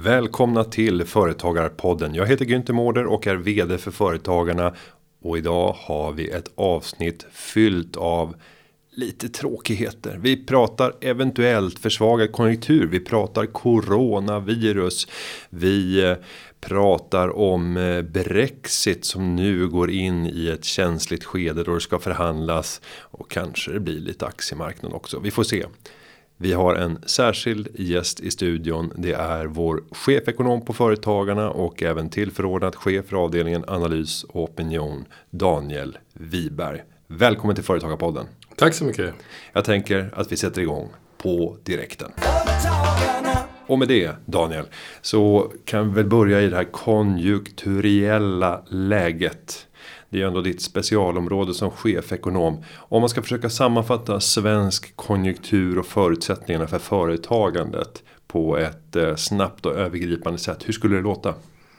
Välkomna till Företagarpodden. Jag heter Günther Mårder och är vd för Företagarna. Och idag har vi ett avsnitt fyllt av lite tråkigheter. Vi pratar eventuellt försvagad konjunktur. Vi pratar coronavirus. Vi pratar om Brexit som nu går in i ett känsligt skede då det ska förhandlas. Och kanske det blir lite aktiemarknad också. Vi får se. Vi har en särskild gäst i studion. Det är vår chefekonom på Företagarna och även tillförordnad chef för avdelningen analys och opinion, Daniel Wiberg. Välkommen till Företagarpodden. Tack så mycket. Jag tänker att vi sätter igång på direkten. Och med det, Daniel, så kan vi väl börja i det här konjunkturella läget. Det är ändå ditt specialområde som chefekonom. Om man ska försöka sammanfatta svensk konjunktur och förutsättningarna för företagandet på ett snabbt och övergripande sätt. Hur skulle det låta?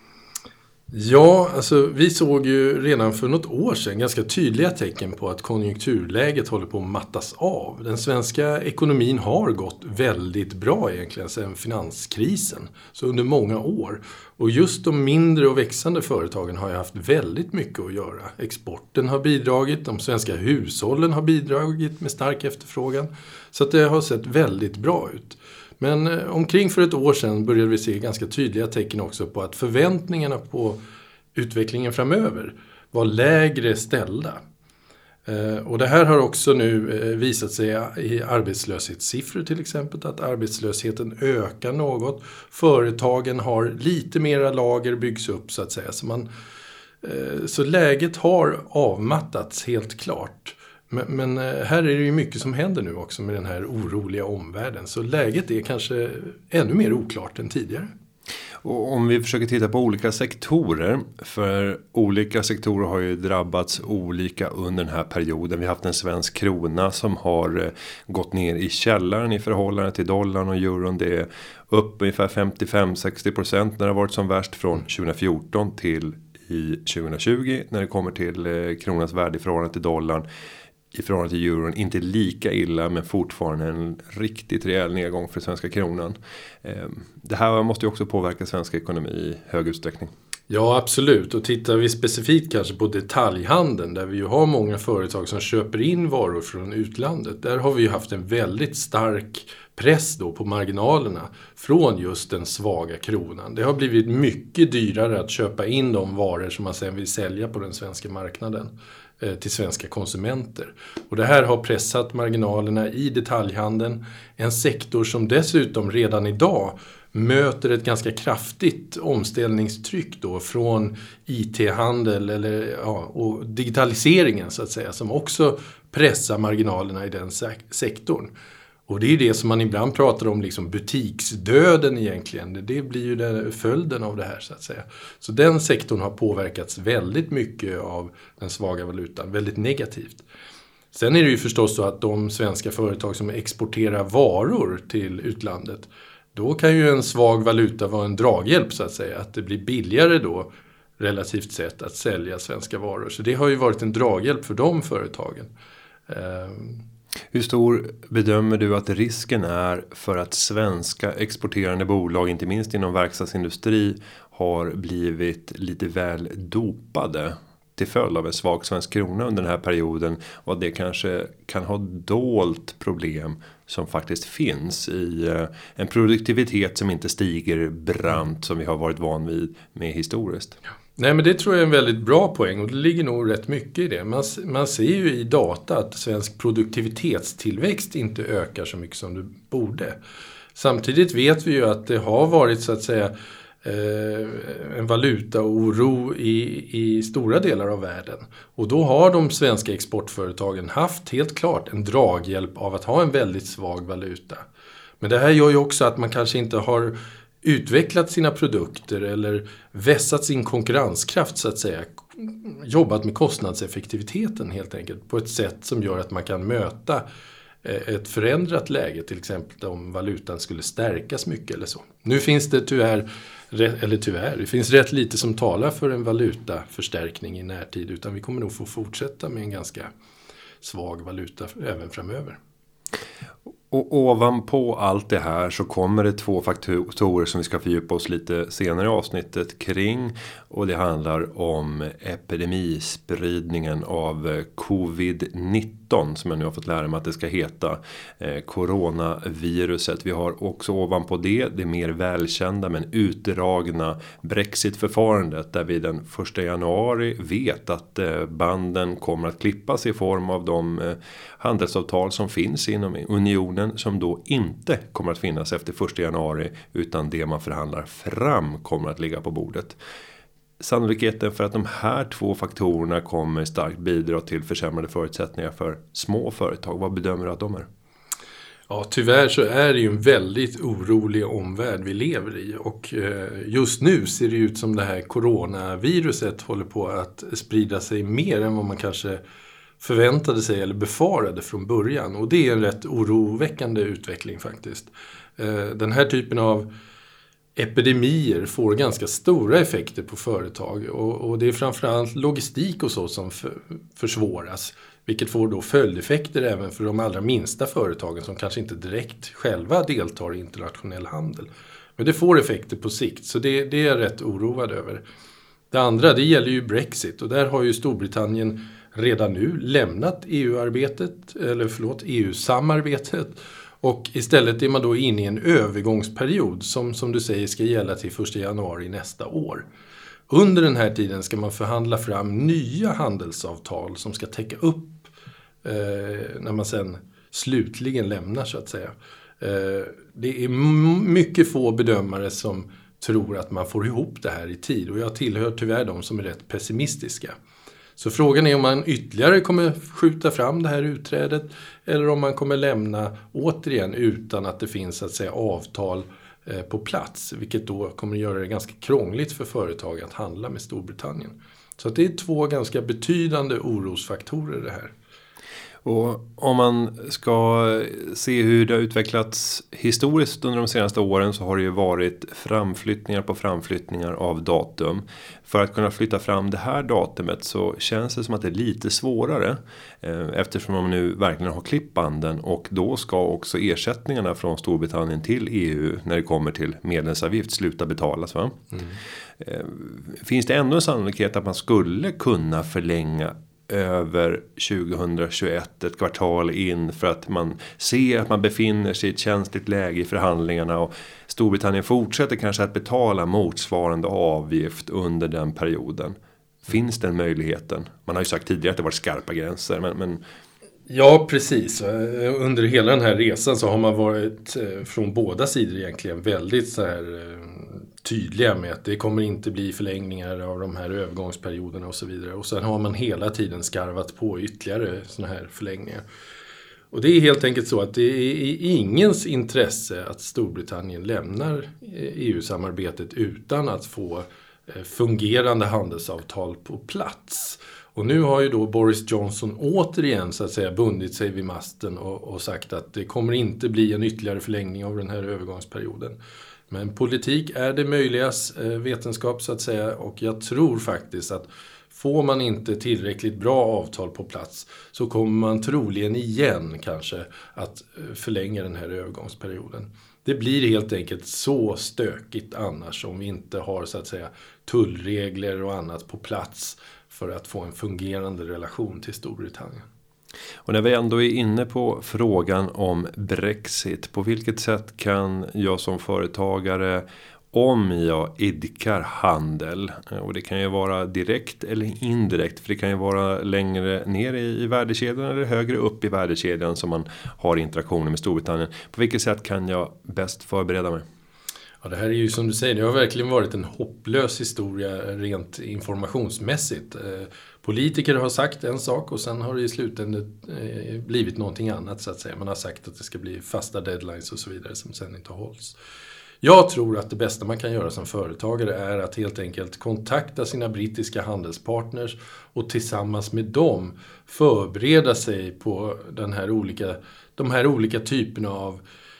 Ja, alltså vi såg ju redan för något år sedan ganska tydliga tecken på att konjunkturläget håller på att mattas av. Den svenska ekonomin har gått väldigt bra egentligen sedan finanskrisen, så under många år. Och just de mindre och växande företagen har ju haft väldigt mycket att göra. Exporten har bidragit, de svenska hushållen har bidragit med stark efterfrågan. Så att det har sett väldigt bra ut. Men omkring för ett år sedan började vi se ganska tydliga tecken också på att förväntningarna på utvecklingen framöver var lägre ställda. Och det här har också nu visat sig i arbetslöshetssiffror till exempel, att arbetslösheten ökar något. Företagen har lite mera lager byggs upp så att säga. Så läget har avmattats helt klart. Men här är det ju mycket som händer nu också med den här oroliga omvärlden. Så läget är kanske ännu mer oklart än tidigare. Och om vi försöker titta på olika sektorer. För olika sektorer har ju drabbats olika under den här perioden. Vi har haft en svensk krona som har gått ner i källaren i förhållande till dollarn och euron. Det är upp ungefär 55-60% när det har varit som värst från 2014 till i 2020. När det kommer till kronans värde i förhållande till dollarn. I förhållande till euron inte lika illa, men fortfarande en riktigt rejäl nedgång för svenska kronan. Det här måste ju också påverka svensk ekonomi i hög utsträckning. Ja, absolut. Och tittar vi specifikt kanske på detaljhandeln, där vi ju har många företag som köper in varor från utlandet. Där har vi ju haft en väldigt stark press då på marginalerna från just den svaga kronan. Det har blivit mycket dyrare att köpa in de varor som man sedan vill sälja på den svenska marknaden till svenska konsumenter. Och det här har pressat marginalerna i detaljhandeln. En sektor som dessutom redan idag möter ett ganska kraftigt omställningstryck då från IT-handel och digitaliseringen så att säga, som också pressar marginalerna i den sektorn. Och det är det som man ibland pratar om, liksom butiksdöden egentligen. Det blir ju följden av det här så att säga. Så den sektorn har påverkats väldigt mycket av den svaga valutan, väldigt negativt. Sen är det ju förstås så att de svenska företag som exporterar varor till utlandet, då kan ju en svag valuta vara en draghjälp så att säga. Att det blir billigare då relativt sett att sälja svenska varor. Så det har ju varit en draghjälp för de företagen. Hur stor bedömer du att risken är för att svenska exporterande bolag, inte minst inom verkstadsindustri, har blivit lite väl dopade till följd av en svag svensk krona under den här perioden? Och det kanske kan ha dolt problem som faktiskt finns i en produktivitet som inte stiger brant som vi har varit van vid med historiskt. Nej, men det tror jag är en väldigt bra poäng, och det ligger nog rätt mycket i det. Man ser ju i data att svensk produktivitetstillväxt inte ökar så mycket som det borde. Samtidigt vet vi ju att det har varit så att säga en valutaoro i stora delar av världen. Och då har de svenska exportföretagen haft helt klart en draghjälp av att ha en väldigt svag valuta. Men det här gör ju också att man kanske inte har utvecklat sina produkter eller vässat sin konkurrenskraft så att säga. Jobbat med kostnadseffektiviteten helt enkelt på ett sätt som gör att man kan möta ett förändrat läge, till exempel om valutan skulle stärkas mycket eller så. Nu finns det det finns rätt lite som talar för en valutaförstärkning i närtid, utan vi kommer nog få fortsätta med en ganska svag valuta även framöver. Och ovanpå allt det här så kommer det 2 faktorer som vi ska fördjupa oss lite senare i avsnittet kring. Och det handlar om epidemispridningen av covid-19 som jag nu har fått lära mig att det ska heta. Coronaviruset. Vi har också ovanpå det mer välkända men utdragna Brexit-förfarandet. Där vi den 1 januari vet att banden kommer att klippas i form av de handelsavtal som finns inom unionen. Som då inte kommer att finnas efter 1 januari utan det man förhandlar fram kommer att ligga på bordet. Sannolikheten för att de här 2 faktorerna kommer starkt bidra till försämrade förutsättningar för små företag. Vad bedömer du att de är? Ja, tyvärr så är det ju en väldigt orolig omvärld vi lever i. Och just nu ser det ut som det här coronaviruset håller på att sprida sig mer än vad man kanske förväntade sig eller befarade från början. Och det är en rätt oroväckande utveckling faktiskt. Den här typen av epidemier får ganska stora effekter på företag. Och det är framförallt logistik och så som försvåras. Vilket får då följdeffekter även för de allra minsta företagen som kanske inte direkt själva deltar i internationell handel. Men det får effekter på sikt, så det är jag rätt oroad över. Det andra, det gäller ju Brexit, och där har ju Storbritannien redan nu lämnat EU-samarbetet. Och istället är man då inne i en övergångsperiod som du säger ska gälla till 1 januari nästa år. Under den här tiden ska man förhandla fram nya handelsavtal som ska täcka upp när man sen slutligen lämnar så att säga. Det är mycket få bedömare som tror att man får ihop det här i tid, och jag tillhör tyvärr de som är rätt pessimistiska. Så frågan är om man ytterligare kommer skjuta fram det här utträdet eller om man kommer lämna återigen utan att det finns så att säga avtal på plats, vilket då kommer göra det ganska krångligt för företag att handla med Storbritannien. Så att det är 2 ganska betydande orosfaktorer det här. Och om man ska se hur det har utvecklats historiskt under de senaste åren så har det ju varit framflyttningar på framflyttningar av datum. För att kunna flytta fram det här datumet så känns det som att det är lite svårare. Eftersom man nu verkligen har klippbanden, och då ska också ersättningarna från Storbritannien till EU när det kommer till medlemsavgift sluta betalas, va? Finns det ändå en sannolikhet att man skulle kunna förlänga över 2021 ett kvartal in för att man ser att man befinner sig i ett känsligt läge i förhandlingarna och Storbritannien fortsätter kanske att betala motsvarande avgift under den perioden? Finns den möjligheten? Man har ju sagt tidigare att det var skarpa gränser, men... Ja, precis. Under hela den här resan så har man varit från båda sidor egentligen väldigt så här tydliga med att det kommer inte bli förlängningar av de här övergångsperioderna och så vidare. Och sen har man hela tiden skarvat på ytterligare såna här förlängningar. Och det är helt enkelt så att det är ingens intresse att Storbritannien lämnar EU-samarbetet utan att få fungerande handelsavtal på plats. Och nu har ju då Boris Johnson återigen så att säga bundit sig vid masten och sagt att det kommer inte bli en ytterligare förlängning av den här övergångsperioden. Men politik är det möjligas vetenskap så att säga, och jag tror faktiskt att får man inte tillräckligt bra avtal på plats så kommer man troligen igen kanske att förlänga den här övergångsperioden. Det blir helt enkelt så stökigt annars om vi inte har så att säga tullregler och annat på plats för att få en fungerande relation till Storbritannien. Och när vi ändå är inne på frågan om Brexit, på vilket sätt kan jag som företagare, om jag idkar handel, och det kan ju vara direkt eller indirekt, för det kan ju vara längre ner i värdekedjan eller högre upp i värdekedjan som man har interaktioner med Storbritannien. På vilket sätt kan jag bäst förbereda mig? Ja, det här är ju som du säger, det har verkligen varit en hopplös historia rent informationsmässigt. Politiker har sagt en sak och sen har det i slutändan blivit någonting annat så att säga. Man har sagt att det ska bli fasta deadlines och så vidare som sen inte hålls. Jag tror att det bästa man kan göra som företagare är att helt enkelt kontakta sina brittiska handelspartners och tillsammans med dem förbereda sig på de här olika typerna av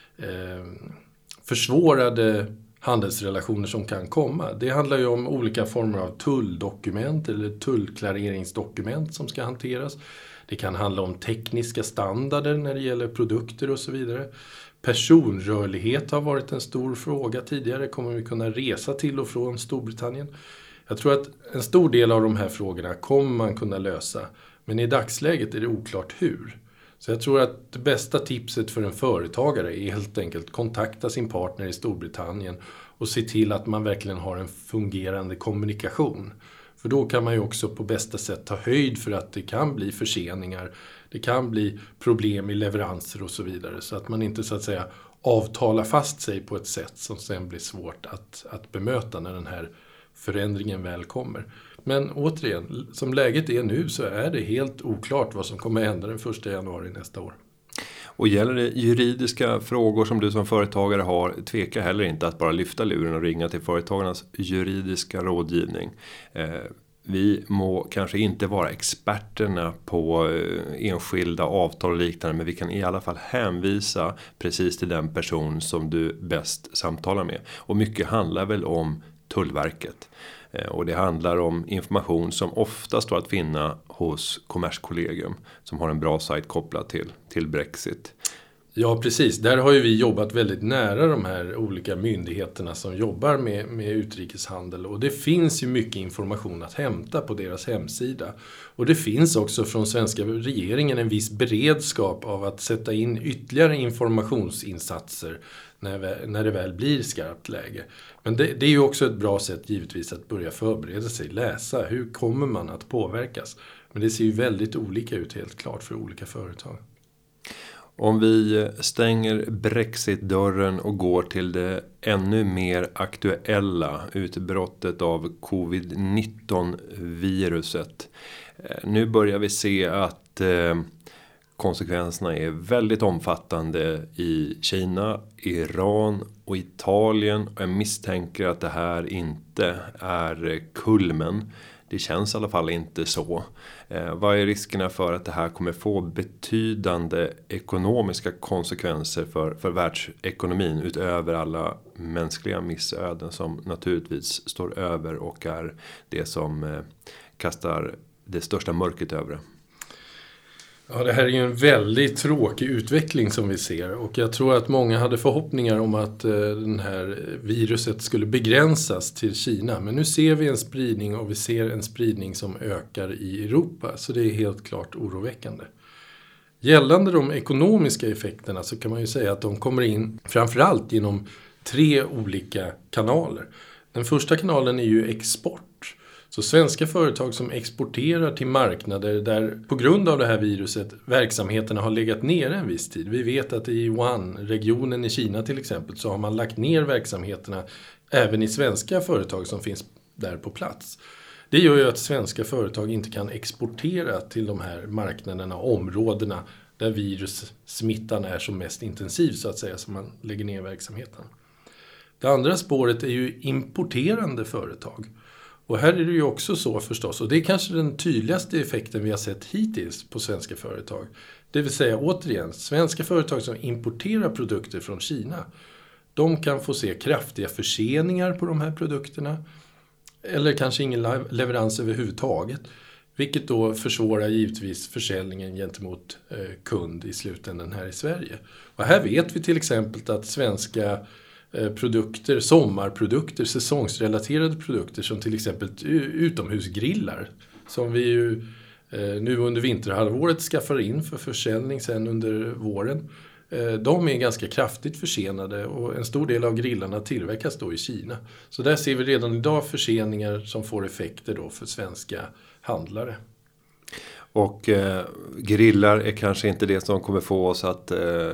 försvårade handelsrelationer som kan komma. Det handlar ju om olika former av tulldokument eller tullklareringsdokument som ska hanteras. Det kan handla om tekniska standarder när det gäller produkter och så vidare. Personrörlighet har varit en stor fråga tidigare. Kommer vi kunna resa till och från Storbritannien? Jag tror att en stor del av de här frågorna kommer man kunna lösa. Men i dagsläget är det oklart hur. Så jag tror att det bästa tipset för en företagare är helt enkelt kontakta sin partner i Storbritannien och se till att man verkligen har en fungerande kommunikation. För då kan man ju också på bästa sätt ta höjd för att det kan bli förseningar, det kan bli problem i leveranser och så vidare. Så att man inte så att säga avtalar fast sig på ett sätt som sen blir svårt att bemöta när den här förändringen väl kommer. Men återigen, som läget är nu så är det helt oklart vad som kommer hända den 1 januari nästa år. Och gäller det juridiska frågor som du som företagare har, tveka heller inte att bara lyfta luren och ringa till företagarnas juridiska rådgivning. Vi må kanske inte vara experterna på enskilda avtal och liknande, men vi kan i alla fall hänvisa precis till den person som du bäst samtalar med. Och mycket handlar väl om Tullverket. Och det handlar om information som ofta står att finna hos Kommerskollegium som har en bra sajt kopplad till Brexit. Ja, precis. Där har ju vi jobbat väldigt nära de här olika myndigheterna som jobbar med utrikeshandel. Och det finns ju mycket information att hämta på deras hemsida. Och det finns också från svenska regeringen en viss beredskap av att sätta in ytterligare informationsinsatser när det väl blir skarpt läge. Men det är ju också ett bra sätt givetvis att börja förbereda sig, läsa. Hur kommer man att påverkas? Men det ser ju väldigt olika ut helt klart för olika företag. Om vi stänger Brexit-dörren och går till det ännu mer aktuella utbrottet av covid-19-viruset. Nu börjar vi se att konsekvenserna är väldigt omfattande i Kina, Iran och Italien. Och jag misstänker att det här inte är kulmen. Det känns i alla fall inte så. Vad är riskerna för att det här kommer få betydande ekonomiska konsekvenser för världsekonomin utöver alla mänskliga missöden som naturligtvis står över och är det som kastar det största mörkret över det? Ja, det här är ju en väldigt tråkig utveckling som vi ser, och jag tror att många hade förhoppningar om att den här viruset skulle begränsas till Kina. Men nu ser vi en spridning, och vi ser en spridning som ökar i Europa, så det är helt klart oroväckande. Gällande de ekonomiska effekterna så kan man ju säga att de kommer in framförallt genom 3 olika kanaler. Den första kanalen är ju export. Så svenska företag som exporterar till marknader där på grund av det här viruset verksamheterna har legat nere en viss tid. Vi vet att i Wuhan-regionen i Kina till exempel så har man lagt ner verksamheterna även i svenska företag som finns där på plats. Det gör ju att svenska företag inte kan exportera till de här marknaderna, områdena där virussmittan är som mest intensiv så att säga, så man lägger ner verksamheten. Det andra spåret är ju importerande företag. Och här är det ju också så förstås, och det är kanske den tydligaste effekten vi har sett hittills på svenska företag. Det vill säga återigen, svenska företag som importerar produkter från Kina, de kan få se kraftiga förseningar på de här produkterna. Eller kanske ingen leverans överhuvudtaget. Vilket då försvårar givetvis försäljningen gentemot kund i slutändan här i Sverige. Och här vet vi till exempel att svenska produkter, sommarprodukter, säsongsrelaterade produkter som till exempel utomhusgrillar som vi ju nu under vinterhalvåret skaffar in för försäljning sen under våren. De är ganska kraftigt försenade, och en stor del av grillarna tillverkas då i Kina. Så där ser vi redan idag förseningar som får effekter då för svenska handlare. Och grillar är kanske inte det som kommer få oss att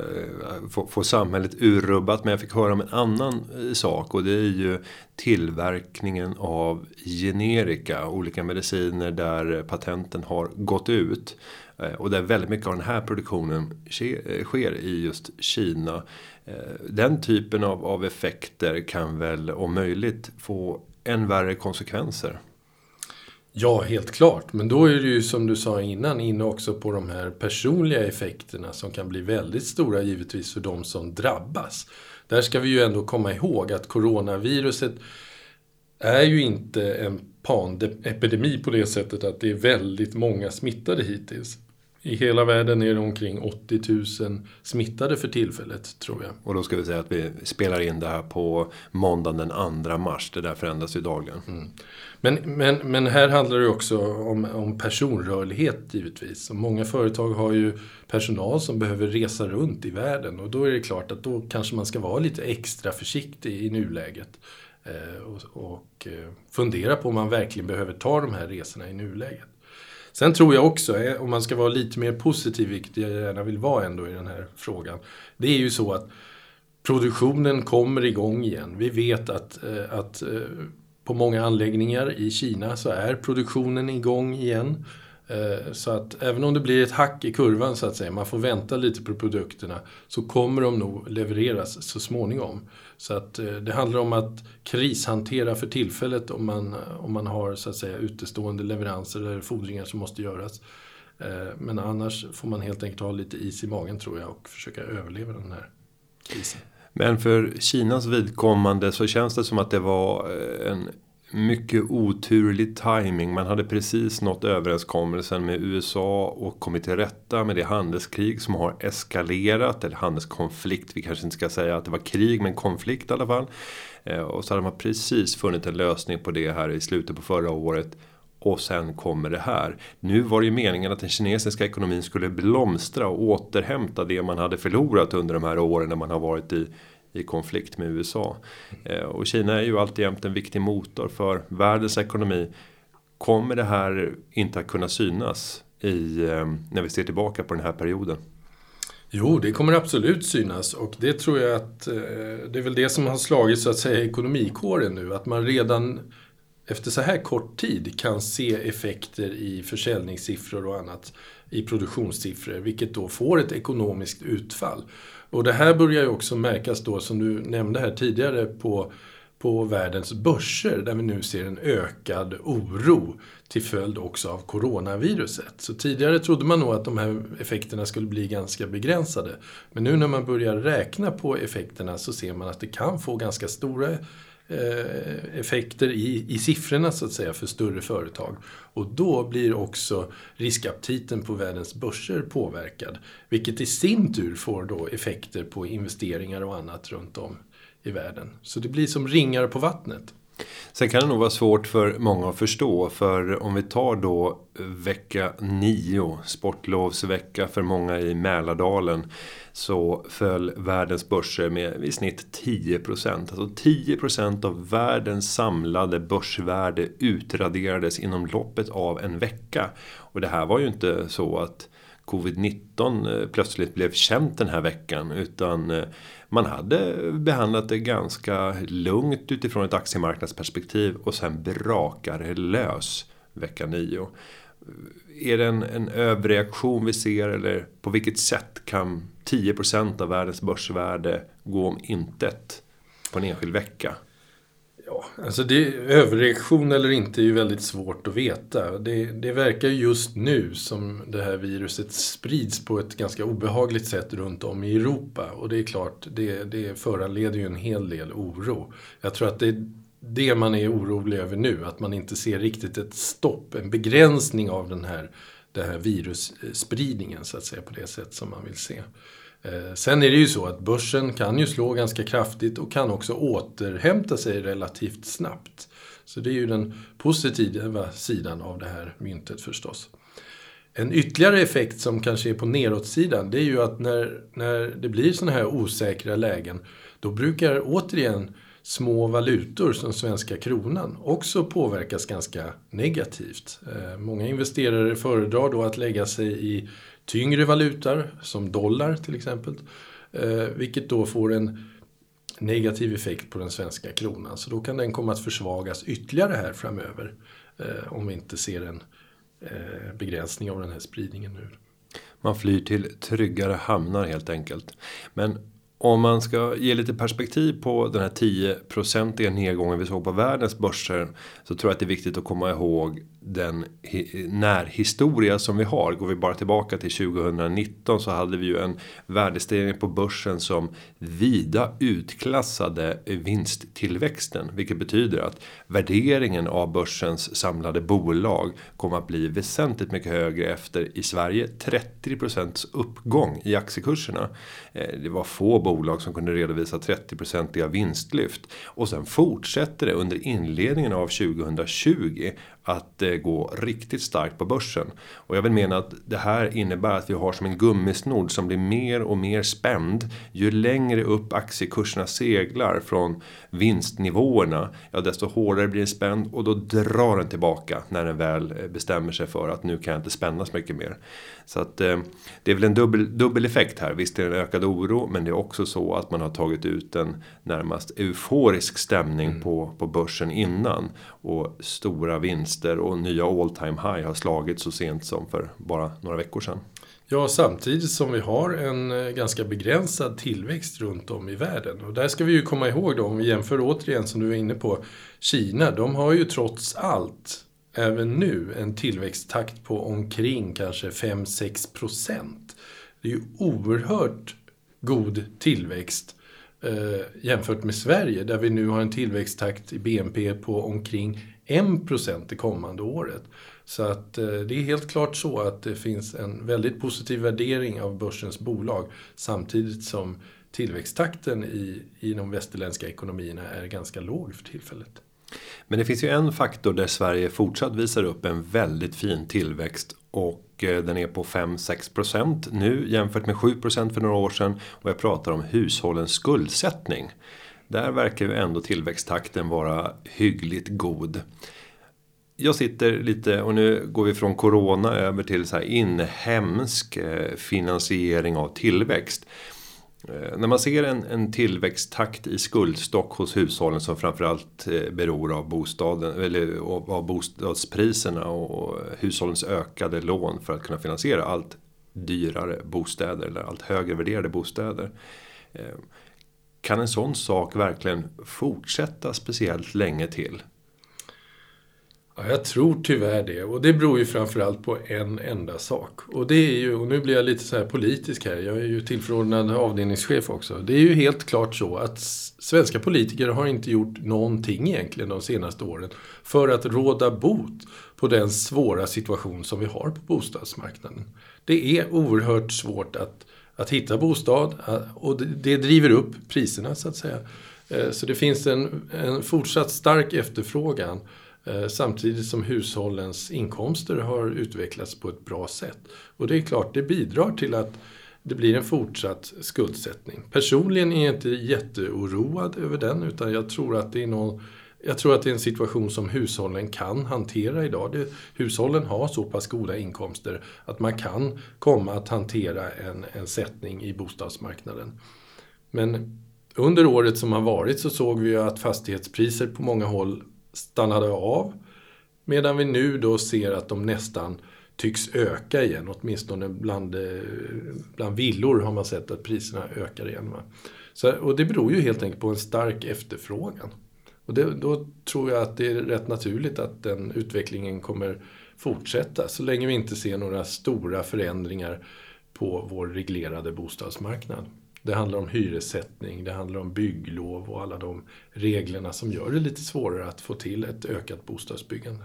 få samhället urrubbat. Men jag fick höra om en annan sak, och det är ju tillverkningen av generika, olika mediciner där patenten har gått ut. Och där väldigt mycket av den här produktionen sker i just Kina. Den typen av effekter kan väl om möjligt få än värre konsekvenser. Ja, helt klart. Men då är det ju som du sa innan inne också på de här personliga effekterna som kan bli väldigt stora givetvis för de som drabbas. Där ska vi ju ändå komma ihåg att coronaviruset är ju inte en pandemi på det sättet att det är väldigt många smittade hittills. I hela världen är det omkring 80 000 smittade för tillfället, tror jag. Och då ska vi säga att vi spelar in det här på måndagen den 2 mars. Det där förändras ju dagligen. Mm. Men här handlar det också om personrörlighet givetvis. Och många företag har ju personal som behöver resa runt i världen. Och då är det klart att då kanske man ska vara lite extra försiktig i nuläget. Och fundera på om man verkligen behöver ta de här resorna i nuläget. Sen tror jag också, om man ska vara lite mer positiv, vilket jag gärna vill vara ändå i den här frågan. Det är ju så att produktionen kommer igång igen. Vi vet att på många anläggningar i Kina så är produktionen igång igen. Så att även om det blir ett hack i kurvan så att säga, man får vänta lite på produkterna, så kommer de nog levereras så småningom. Så att det handlar om att krishantera för tillfället om man har så att säga utestående leveranser eller fordringar som måste göras. Men annars får man helt enkelt ha lite is i magen, tror jag, och försöka överleva den här krisen. Men för Kinas vidkommande så känns det som att det var en mycket oturlig timing. Man hade precis nått överenskommelsen med USA och kommit till rätta med det handelskrig som har eskalerat, eller handelskonflikt, vi kanske inte ska säga att det var krig men konflikt i alla fall. Och så hade man precis funnit en lösning på det här i slutet på förra året. Och sen kommer det här. Nu var det ju meningen att den kinesiska ekonomin skulle blomstra och återhämta det man hade förlorat under de här åren när man har varit i konflikt med USA. Och Kina är ju alltjämt en viktig motor för världens ekonomi. Kommer det här inte att kunna synas när vi ser tillbaka på den här perioden? Jo, det kommer absolut synas, och det tror jag att det är väl det som har slagit så att säga ekonomikåren nu. Att man redan efter så här kort tid kan se effekter i försäljningssiffror och annat, i produktionssiffror, vilket då får ett ekonomiskt utfall. Och det här börjar ju också märkas då, som du nämnde här tidigare, på världens börser, där vi nu ser en ökad oro till följd också av coronaviruset. Så tidigare trodde man nog att de här effekterna skulle bli ganska begränsade. Men nu när man börjar räkna på effekterna så ser man att det kan få ganska stora effekter i siffrorna så att säga för större företag. Och då blir också riskaptiten på världens börser påverkad, vilket i sin tur får då effekter på investeringar och annat runt om i världen. Så det blir som ringar på vattnet. Sen kan det nog vara svårt för många att förstå, för om vi tar då vecka 9, sportlovsvecka för många i Mälardalen, så föll världens börser med i snitt 10%. Alltså 10% av världens samlade börsvärde utraderades inom loppet av en vecka. Och det här var ju inte så att covid-19 plötsligt blev känt den här veckan, utan man hade behandlat det ganska lugnt utifrån ett aktiemarknadsperspektiv, och sen brakar det lös vecka 9. Är det en överreaktion vi ser, eller på vilket sätt kan 10% av världens börsvärde gå om intet på en enskild vecka? Ja, alltså överreaktion eller inte är ju väldigt svårt att veta. Det verkar just nu som det här viruset sprids på ett ganska obehagligt sätt runt om i Europa. Och det är klart, det föranleder ju en hel del oro. Jag tror att det är det man är orolig över nu. Att man inte ser riktigt ett stopp, en begränsning av den här virusspridningen så att säga, på det sätt som man vill se. Sen är det ju så att börsen kan ju slå ganska kraftigt och kan också återhämta sig relativt snabbt. Så det är ju den positiva sidan av det här myntet förstås. En ytterligare effekt som kanske är på nedåtsidan, det är ju att när det blir såna här osäkra lägen, då brukar återigen små valutor som svenska kronan också påverkas ganska negativt. Många investerare föredrar då att lägga sig i tyngre valutor som dollar till exempel, vilket då får en negativ effekt på den svenska kronan. Så då kan den komma att försvagas ytterligare här framöver om vi inte ser en begränsning av den här spridningen nu. Man flyr till tryggare hamnar helt enkelt. Men Om man ska ge lite perspektiv på den här 10% nedgången vi såg på världens börser, så tror jag att det är viktigt att komma ihåg den närhistoria som vi har. Går vi bara tillbaka till 2019 så hade vi ju en värdestegring på börsen som vida utklassade vinsttillväxten. Vilket betyder att värderingen av börsens samlade bolag kommer att bli väsentligt mycket högre efter i Sverige 30% uppgång i aktiekurserna. Det var få bolag som kunde redovisa 30% vinstlyft. Och sen fortsätter det under inledningen av 2020 att gå riktigt starkt på börsen. Och jag vill mena att det här innebär att vi har som en gummisnod som blir mer och mer spänd ju längre upp aktiekurserna seglar från vinstnivåerna. Ja, desto hårdare blir den spänd och då drar den tillbaka när den väl bestämmer sig för att nu kan jag inte spännas mycket mer. Så att det är väl en dubbel effekt här. Visst är det en ökad oro, men det är också så att man har tagit ut en närmast euforisk stämning på börsen innan. Och stora vinster och nya all time high har slagit så sent som för bara några veckor sedan. Ja, samtidigt som vi har en ganska begränsad tillväxt runt om i världen. Och där ska vi ju komma ihåg då, om vi jämför återigen som du var inne på, Kina. De har ju trots allt även nu en tillväxttakt på omkring kanske 5-6%. Det är ju oerhört god tillväxt jämfört med Sverige, där vi nu har en tillväxttakt i BNP på omkring 1% det kommande året. Så att det är helt klart så att det finns en väldigt positiv värdering av börsens bolag, samtidigt som tillväxttakten i de västerländska ekonomierna är ganska låg för tillfället. Men det finns ju en faktor där Sverige fortsatt visar upp en väldigt fin tillväxt, och den är på 5-6% nu jämfört med 7% för några år sedan, och jag pratar om hushållens skuldsättning. Där verkar ju ändå tillväxttakten vara hyggligt god. Jag sitter lite, och nu går vi från corona över till så här inhemsk finansiering av tillväxt. När man ser en tillväxttakt i skuldstock hos hushållen som framförallt beror av bostaden eller av bostadspriserna och hushållens ökade lån för att kunna finansiera allt dyrare bostäder eller allt högre värderade bostäder. Kan en sån sak verkligen fortsätta speciellt länge till? Ja, jag tror tyvärr det, och det beror ju framförallt på en enda sak. Och det är ju, och nu blir jag lite så här politisk här, jag är ju tillförordnad avdelningschef också. Det är ju helt klart så att svenska politiker har inte gjort någonting egentligen de senaste åren för att råda bot på den svåra situation som vi har på bostadsmarknaden. Det är oerhört svårt att hitta bostad, och det driver upp priserna så att säga. Så det finns en fortsatt stark efterfrågan, samtidigt som hushållens inkomster har utvecklats på ett bra sätt. Och det är klart, det bidrar till att det blir en fortsatt skuldsättning. Personligen är jag inte jätteoroad över den, utan jag tror att det är en situation som hushållen kan hantera idag. Hushållen har så pass goda inkomster att man kan komma att hantera en sättning i bostadsmarknaden. Men under året som har varit så såg vi att fastighetspriser på många håll stannade av, medan vi nu då ser att de nästan tycks öka igen. Åtminstone bland villor har man sett att priserna ökar igen. Och det beror ju helt enkelt på en stark efterfrågan. Och då tror jag att det är rätt naturligt att den utvecklingen kommer fortsätta så länge vi inte ser några stora förändringar på vår reglerade bostadsmarknad. Det handlar om hyressättning, det handlar om bygglov och alla de reglerna som gör det lite svårare att få till ett ökat bostadsbyggande.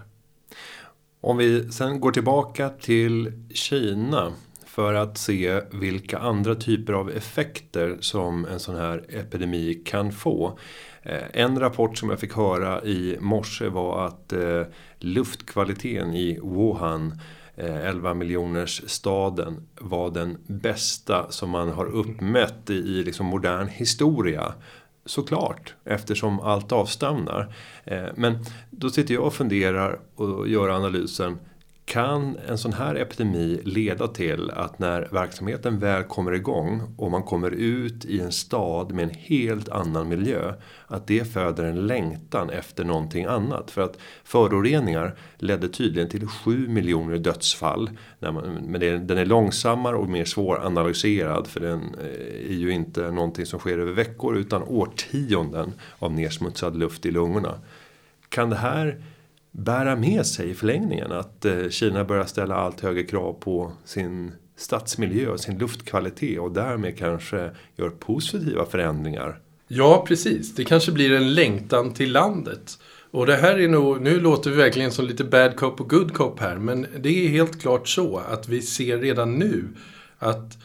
Om vi sen går tillbaka till Kina för att se vilka andra typer av effekter som en sån här epidemi kan få. En rapport som jag fick höra i morse var att luftkvaliteten i Wuhan, 11 miljoners staden, var den bästa som man har uppmätt i liksom modern historia. Såklart, eftersom allt avstannar. Men då sitter jag och funderar och gör analysen. Kan en sån här epidemi leda till att när verksamheten väl kommer igång och man kommer ut i en stad med en helt annan miljö, att det föder en längtan efter någonting annat? För att föroreningar ledde tydligen till 7 miljoner dödsfall. Men den är långsammare och mer svåranalyserad, för den är ju inte någonting som sker över veckor utan årtionden av nedsmutsad luft i lungorna. Kan det här bära med sig i förlängningen att Kina börjar ställa allt högre krav på sin stadsmiljö och sin luftkvalitet och därmed kanske gör positiva förändringar? Ja, precis. Det kanske blir en längtan till landet. Och det här är nog, nu låter vi verkligen som lite bad cop och good cop här, men det är helt klart så att vi ser redan nu att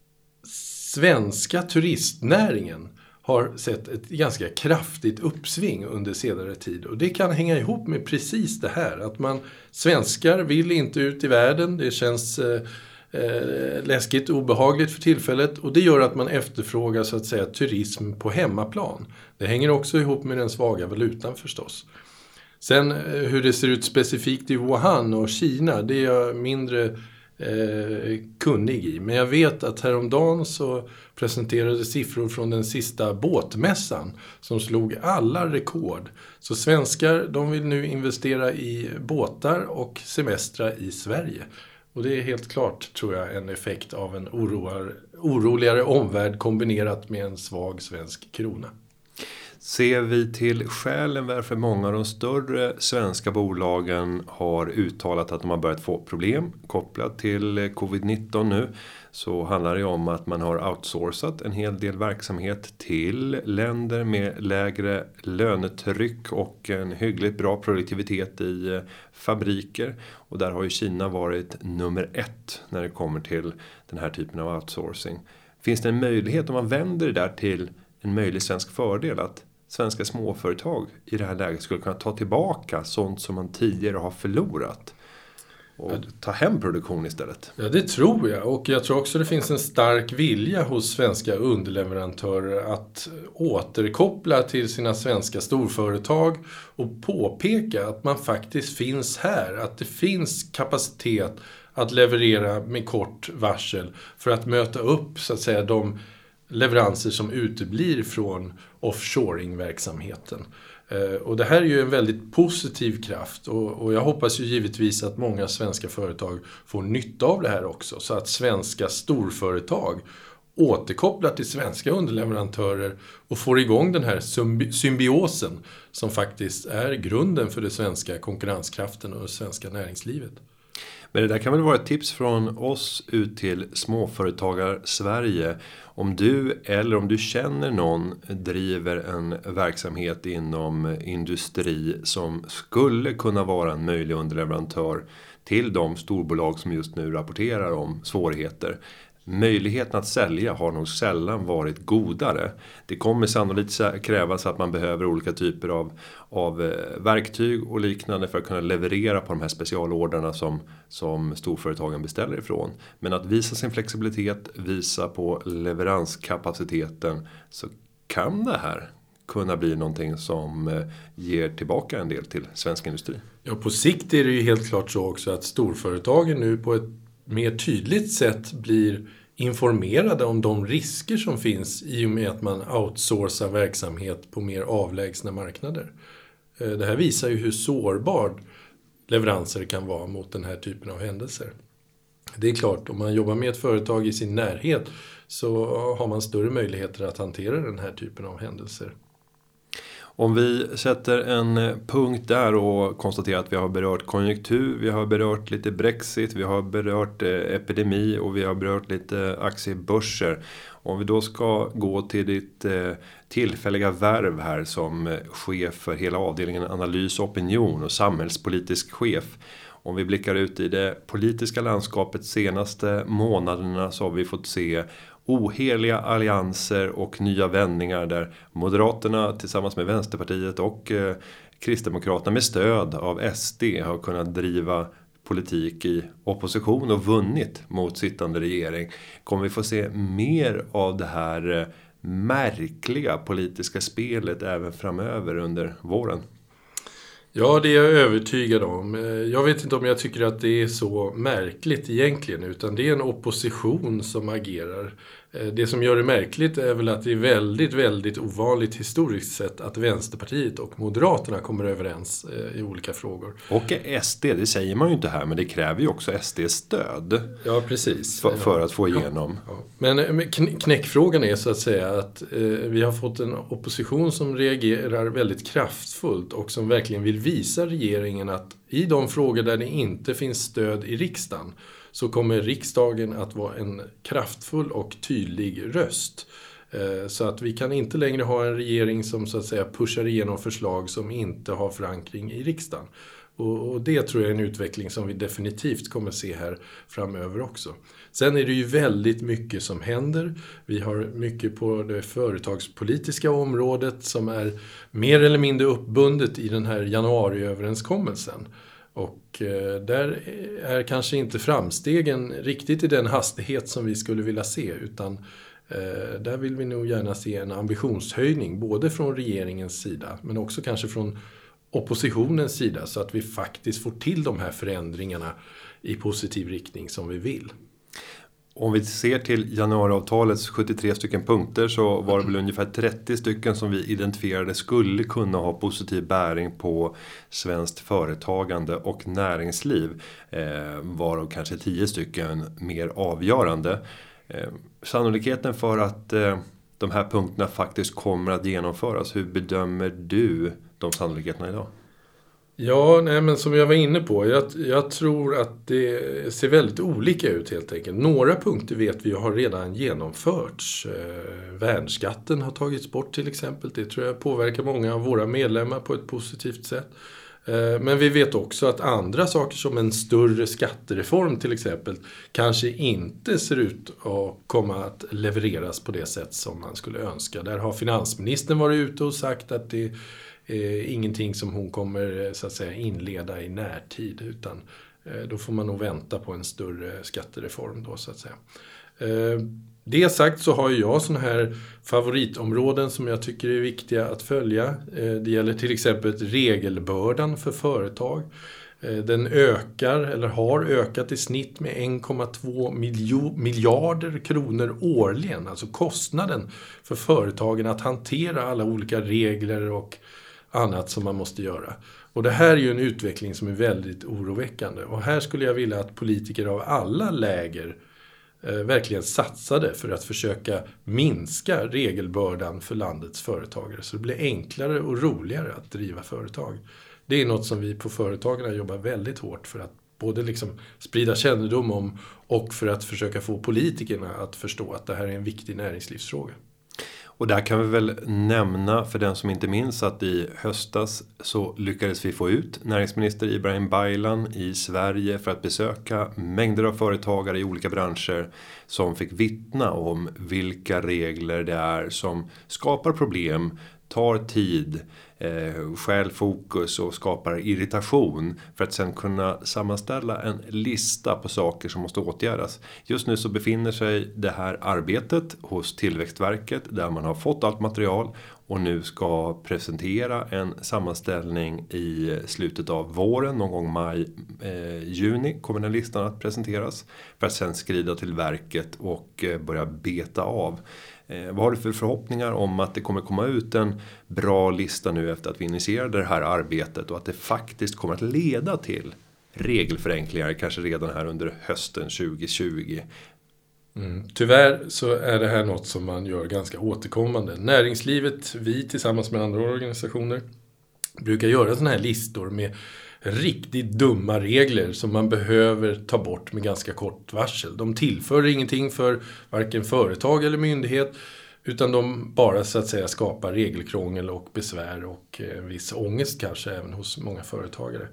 svenska turistnäringen har sett ett ganska kraftigt uppsving under senare tid. Och det kan hänga ihop med precis det här. Att svenskar vill inte ut i världen. Det känns läskigt och obehagligt för tillfället. Och det gör att man efterfrågar så att säga turism på hemmaplan. Det hänger också ihop med den svaga valutan förstås. Sen hur det ser ut specifikt i Wuhan och Kina, det är jag mindre kunnig i. Men jag vet att häromdagen så presenterade siffror från den sista båtmässan som slog alla rekord. Så svenskar, de vill nu investera i båtar och semestra i Sverige. Och det är helt klart, tror jag, en effekt av en oroligare omvärld kombinerat med en svag svensk krona. Ser vi till skälen varför många av de större svenska bolagen har uttalat att de har börjat få problem kopplat till covid-19 nu, så handlar det om att man har outsourcat en hel del verksamhet till länder med lägre lönetryck och en hyggligt bra produktivitet i fabriker. Och där har ju Kina varit nummer 1 när det kommer till den här typen av outsourcing. Finns det en möjlighet, om man vänder det där till en möjlig svensk fördel, att svenska småföretag i det här läget skulle kunna ta tillbaka sånt som man tidigare har förlorat och ta hem produktion istället? Ja, det tror jag. Och jag tror också det finns en stark vilja hos svenska underleverantörer att återkoppla till sina svenska storföretag och påpeka att man faktiskt finns här. Att det finns kapacitet att leverera med kort varsel för att möta upp så att säga de leveranser som uteblir från offshoring-verksamheten. Och det här är ju en väldigt positiv kraft och jag hoppas ju givetvis att många svenska företag får nytta av det här också, så att svenska storföretag återkopplar till svenska underleverantörer och får igång den här symbiosen som faktiskt är grunden för det svenska konkurrenskraften och det svenska näringslivet. Men det där kan väl vara ett tips från oss ut till småföretagar Sverige. Om du eller om du känner någon driver en verksamhet inom industri som skulle kunna vara en möjlig underleverantör till de storbolag som just nu rapporterar om svårigheter. Möjligheten att sälja har nog sällan varit godare. Det kommer sannolikt krävas att man behöver olika typer av verktyg och liknande för att kunna leverera på de här specialorderna som storföretagen beställer ifrån. Men att visa sin flexibilitet, visa på leveranskapaciteten, så kan det här kunna bli någonting som ger tillbaka en del till svensk industri. Ja, på sikt är det ju helt klart så också att storföretagen nu på ett mer tydligt sätt blir informerade om de risker som finns i och med att man outsourcar verksamhet på mer avlägsna marknader. Det här visar ju hur sårbar leveranser kan vara mot den här typen av händelser. Det är klart, om man jobbar med ett företag i sin närhet så har man större möjligheter att hantera den här typen av händelser. Om vi sätter en punkt där och konstaterar att vi har berört konjunktur, vi har berört lite Brexit, vi har berört epidemi och vi har berört lite aktiebörser. Om vi då ska gå till ditt tillfälliga värv här som chef för hela avdelningen analys, opinion och samhällspolitisk chef. Om vi blickar ut i det politiska landskapet senaste månaderna så har vi fått se oheliga allianser och nya vändningar där Moderaterna tillsammans med Vänsterpartiet och Kristdemokraterna med stöd av SD har kunnat driva politik i opposition och vunnit mot sittande regering. Kommer vi få se mer av det här märkliga politiska spelet även framöver under våren? Ja, det är jag övertygad om. Jag vet inte om jag tycker att det är så märkligt egentligen, utan det är en opposition som agerar. Det som gör det märkligt är väl att det är väldigt, väldigt ovanligt historiskt sett att Vänsterpartiet och Moderaterna kommer överens i olika frågor. Och SD, det säger man ju inte här, men det kräver ju också SDs stöd. Ja, precis. För att få igenom. Ja. Men knäckfrågan är så att säga att vi har fått en opposition som reagerar väldigt kraftfullt och som verkligen vill visa regeringen att i de frågor där det inte finns stöd i riksdagen så kommer riksdagen att vara en kraftfull och tydlig röst. Så att vi kan inte längre ha en regering som så att säga pushar igenom förslag som inte har förankring i riksdagen. Och det tror jag är en utveckling som vi definitivt kommer se här framöver också. Sen är det ju väldigt mycket som händer. Vi har mycket på det företagspolitiska området som är mer eller mindre uppbundet i den här januariöverenskommelsen. Och där är kanske inte framstegen riktigt i den hastighet som vi skulle vilja se, utan där vill vi nog gärna se en ambitionshöjning både från regeringens sida men också kanske från oppositionens sida så att vi faktiskt får till de här förändringarna i positiv riktning som vi vill. Om vi ser till januariavtalets 73 stycken punkter så var det väl ungefär 30 stycken som vi identifierade skulle kunna ha positiv bäring på svenskt företagande och näringsliv. Varav kanske 10 stycken mer avgörande. Sannolikheten för att de här punkterna faktiskt kommer att genomföras, hur bedömer du de sannolikheterna idag? Ja, nej, men som jag var inne på, jag tror att det ser väldigt olika ut helt enkelt. Några punkter vet vi har redan genomförts. Värnskatten har tagits bort till exempel. Det tror jag påverkar många av våra medlemmar på ett positivt sätt. Men vi vet också att andra saker som en större skattereform till exempel kanske inte ser ut att komma att levereras på det sätt som man skulle önska. Där har finansministern varit ute och sagt att det ingenting som hon kommer så att säga inleda i närtid, utan då får man nog vänta på en större skattereform då så att säga. Det sagt så har jag såna här favoritområden som jag tycker är viktiga att följa. Det gäller till exempel regelbördan för företag. Den ökar eller har ökat i snitt med 1,2 miljarder kronor årligen. Alltså kostnaden för företagen att hantera alla olika regler och annat som man måste göra. Och det här är ju en utveckling som är väldigt oroväckande. Och här skulle jag vilja att politiker av alla läger verkligen satsade för att försöka minska regelbördan för landets företagare. Så det blir enklare och roligare att driva företag. Det är något som vi på Företagarna jobbar väldigt hårt för att både liksom sprida kännedom om och för att försöka få politikerna att förstå att det här är en viktig näringslivsfråga. Och där kan vi väl nämna för den som inte minns att i höstas så lyckades vi få ut näringsminister Ibrahim Baylan i Sverige för att besöka mängder av företagare i olika branscher som fick vittna om vilka regler det är som skapar problem, tar tid, stjäl fokus och skapar irritation för att sen kunna sammanställa en lista på saker som måste åtgärdas. Just nu så befinner sig det här arbetet hos Tillväxtverket där man har fått allt material och nu ska presentera en sammanställning i slutet av våren, någon gång maj, juni kommer den listan att presenteras för att sen skrida till verket och börja beta av. Vad har du för förhoppningar om att det kommer komma ut en bra lista nu efter att vi initierade det här arbetet och att det faktiskt kommer att leda till regelförenklingar kanske redan här under hösten 2020? Tyvärr så är det här något som man gör ganska återkommande. Näringslivet, vi tillsammans med andra organisationer brukar göra såna här listor med riktigt dumma regler som man behöver ta bort med ganska kort varsel. De tillför ingenting för varken företag eller myndighet utan de bara så att säga skapar regelkrångel och besvär och viss ångest kanske även hos många företagare.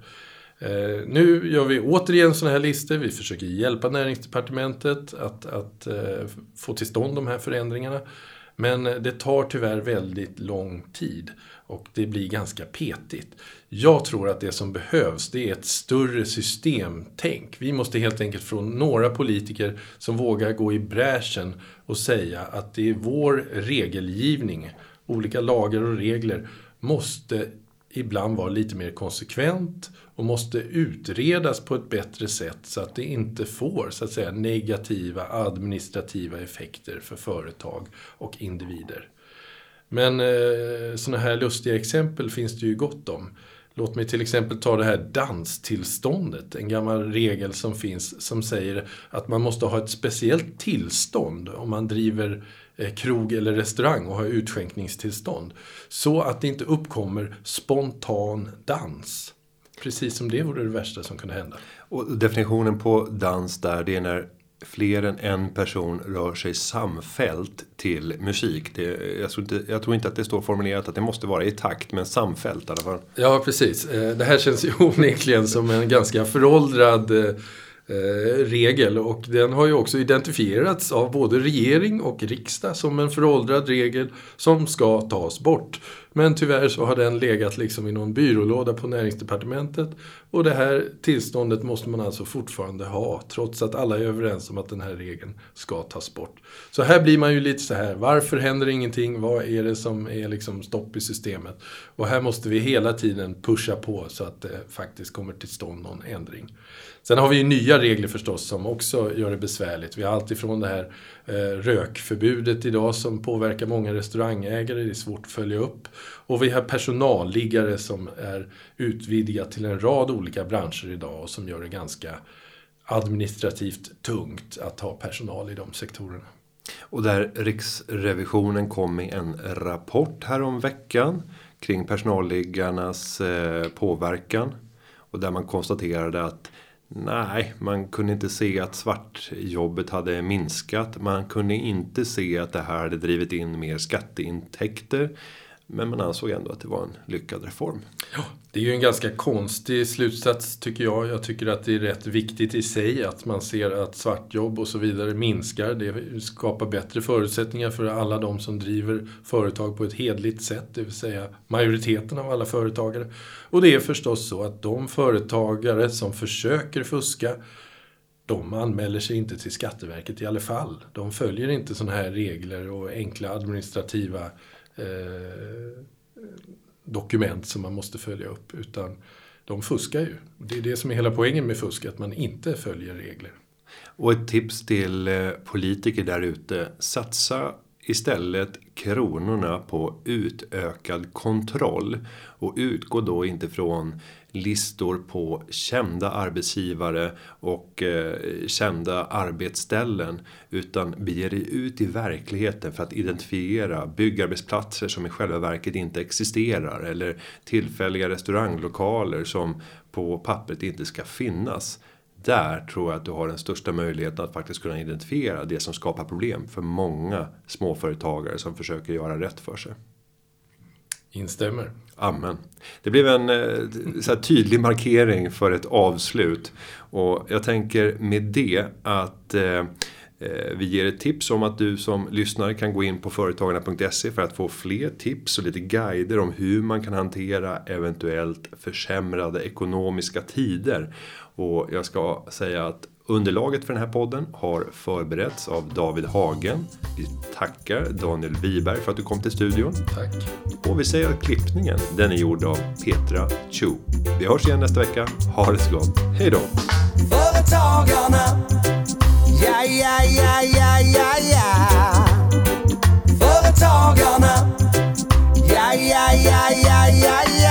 Nu gör vi återigen såna här listor. Vi försöker hjälpa näringsdepartementet att få till stånd de här förändringarna. Men det tar tyvärr väldigt lång tid och det blir ganska petigt. Jag tror att det som behövs det är ett större systemtänk. Vi måste helt enkelt från några politiker som vågar gå i bräschen och säga att det är vår regelgivning, olika lagar och regler måste ibland vara lite mer konsekvent och måste utredas på ett bättre sätt så att det inte får så att säga negativa administrativa effekter för företag och individer. Men sådana här lustiga exempel finns det ju gott om. Låt mig till exempel ta det här danstillståndet, en gammal regel som finns som säger att man måste ha ett speciellt tillstånd om man driver krog eller restaurang och har utskänkningstillstånd. Så att det inte uppkommer spontan dans. Precis som det vore det värsta som kunde hända. Och definitionen på dans där, det är när fler än en person rör sig samfällt till musik. Jag tror inte att det står formulerat att det måste vara i takt, men samfällt i alla fall. Ja, precis. Det här känns ju onekligen som en ganska föråldrad regel, och den har ju också identifierats av både regering och riksdag som en föråldrad regel som ska tas bort. Men tyvärr så har den legat liksom i någon byrålåda på näringsdepartementet, och det här tillståndet måste man alltså fortfarande ha trots att alla är överens om att den här regeln ska tas bort. Så här blir man ju lite så här, varför händer ingenting? Vad är det som är liksom stopp i systemet? Och här måste vi hela tiden pusha på så att det faktiskt kommer till stånd någon ändring. Sen har vi ju nya regler förstås som också gör det besvärligt. Vi har allt ifrån det här rökförbudet idag som påverkar många restaurangägare. Det är svårt att följa upp. Och vi har personalliggare som är utvidgat till en rad olika branscher idag och som gör det ganska administrativt tungt att ha personal i de sektorerna. Och där Riksrevisionen kom med en rapport här om veckan kring personalliggarnas påverkan. Och där man konstaterade att nej, man kunde inte se att svartjobbet hade minskat. Man kunde inte se att det här hade drivit in mer skatteintäkter. Men man ansåg ändå att det var en lyckad reform. Ja, det är ju en ganska konstig slutsats tycker jag. Jag tycker att det är rätt viktigt i sig att man ser att svartjobb och så vidare minskar. Det skapar bättre förutsättningar för alla de som driver företag på ett hedligt sätt. Det vill säga majoriteten av alla företagare. Och det är förstås så att de företagare som försöker fuska, de anmäler sig inte till Skatteverket i alla fall. De följer inte sådana här regler och enkla administrativa dokument som man måste följa upp, utan de fuskar ju. Det är det som är hela poängen med fusk, att man inte följer regler. Och ett tips till politiker där ute: satsa istället kronorna på utökad kontroll och utgå då inte från listor på kända arbetsgivare och kända arbetsställen, utan bege dig ut i verkligheten för att identifiera byggarbetsplatser som i själva verket inte existerar eller tillfälliga restauranglokaler som på pappret inte ska finnas. Där tror jag att du har den största möjligheten att faktiskt kunna identifiera det som skapar problem för många småföretagare som försöker göra rätt för sig. Instämmer. Amen. Det blev en så här tydlig markering för ett avslut. Och jag tänker med det att vi ger ett tips om att du som lyssnare kan gå in på företagarna.se för att få fler tips och lite guider om hur man kan hantera eventuellt försämrade ekonomiska tider. Och jag ska säga att underlaget för den här podden har förberetts av David Hagen. Vi tackar Daniel Wiberg för att du kom till studion. Tack. Och vi säger att klippningen, den är gjord av Petra Chu. Vi hörs igen nästa vecka. Ha det så gott. Hej då! Företagarna, ja, ja, ja, ja, ja, ja. Företagarna, ja, ja, ja, ja, ja, ja.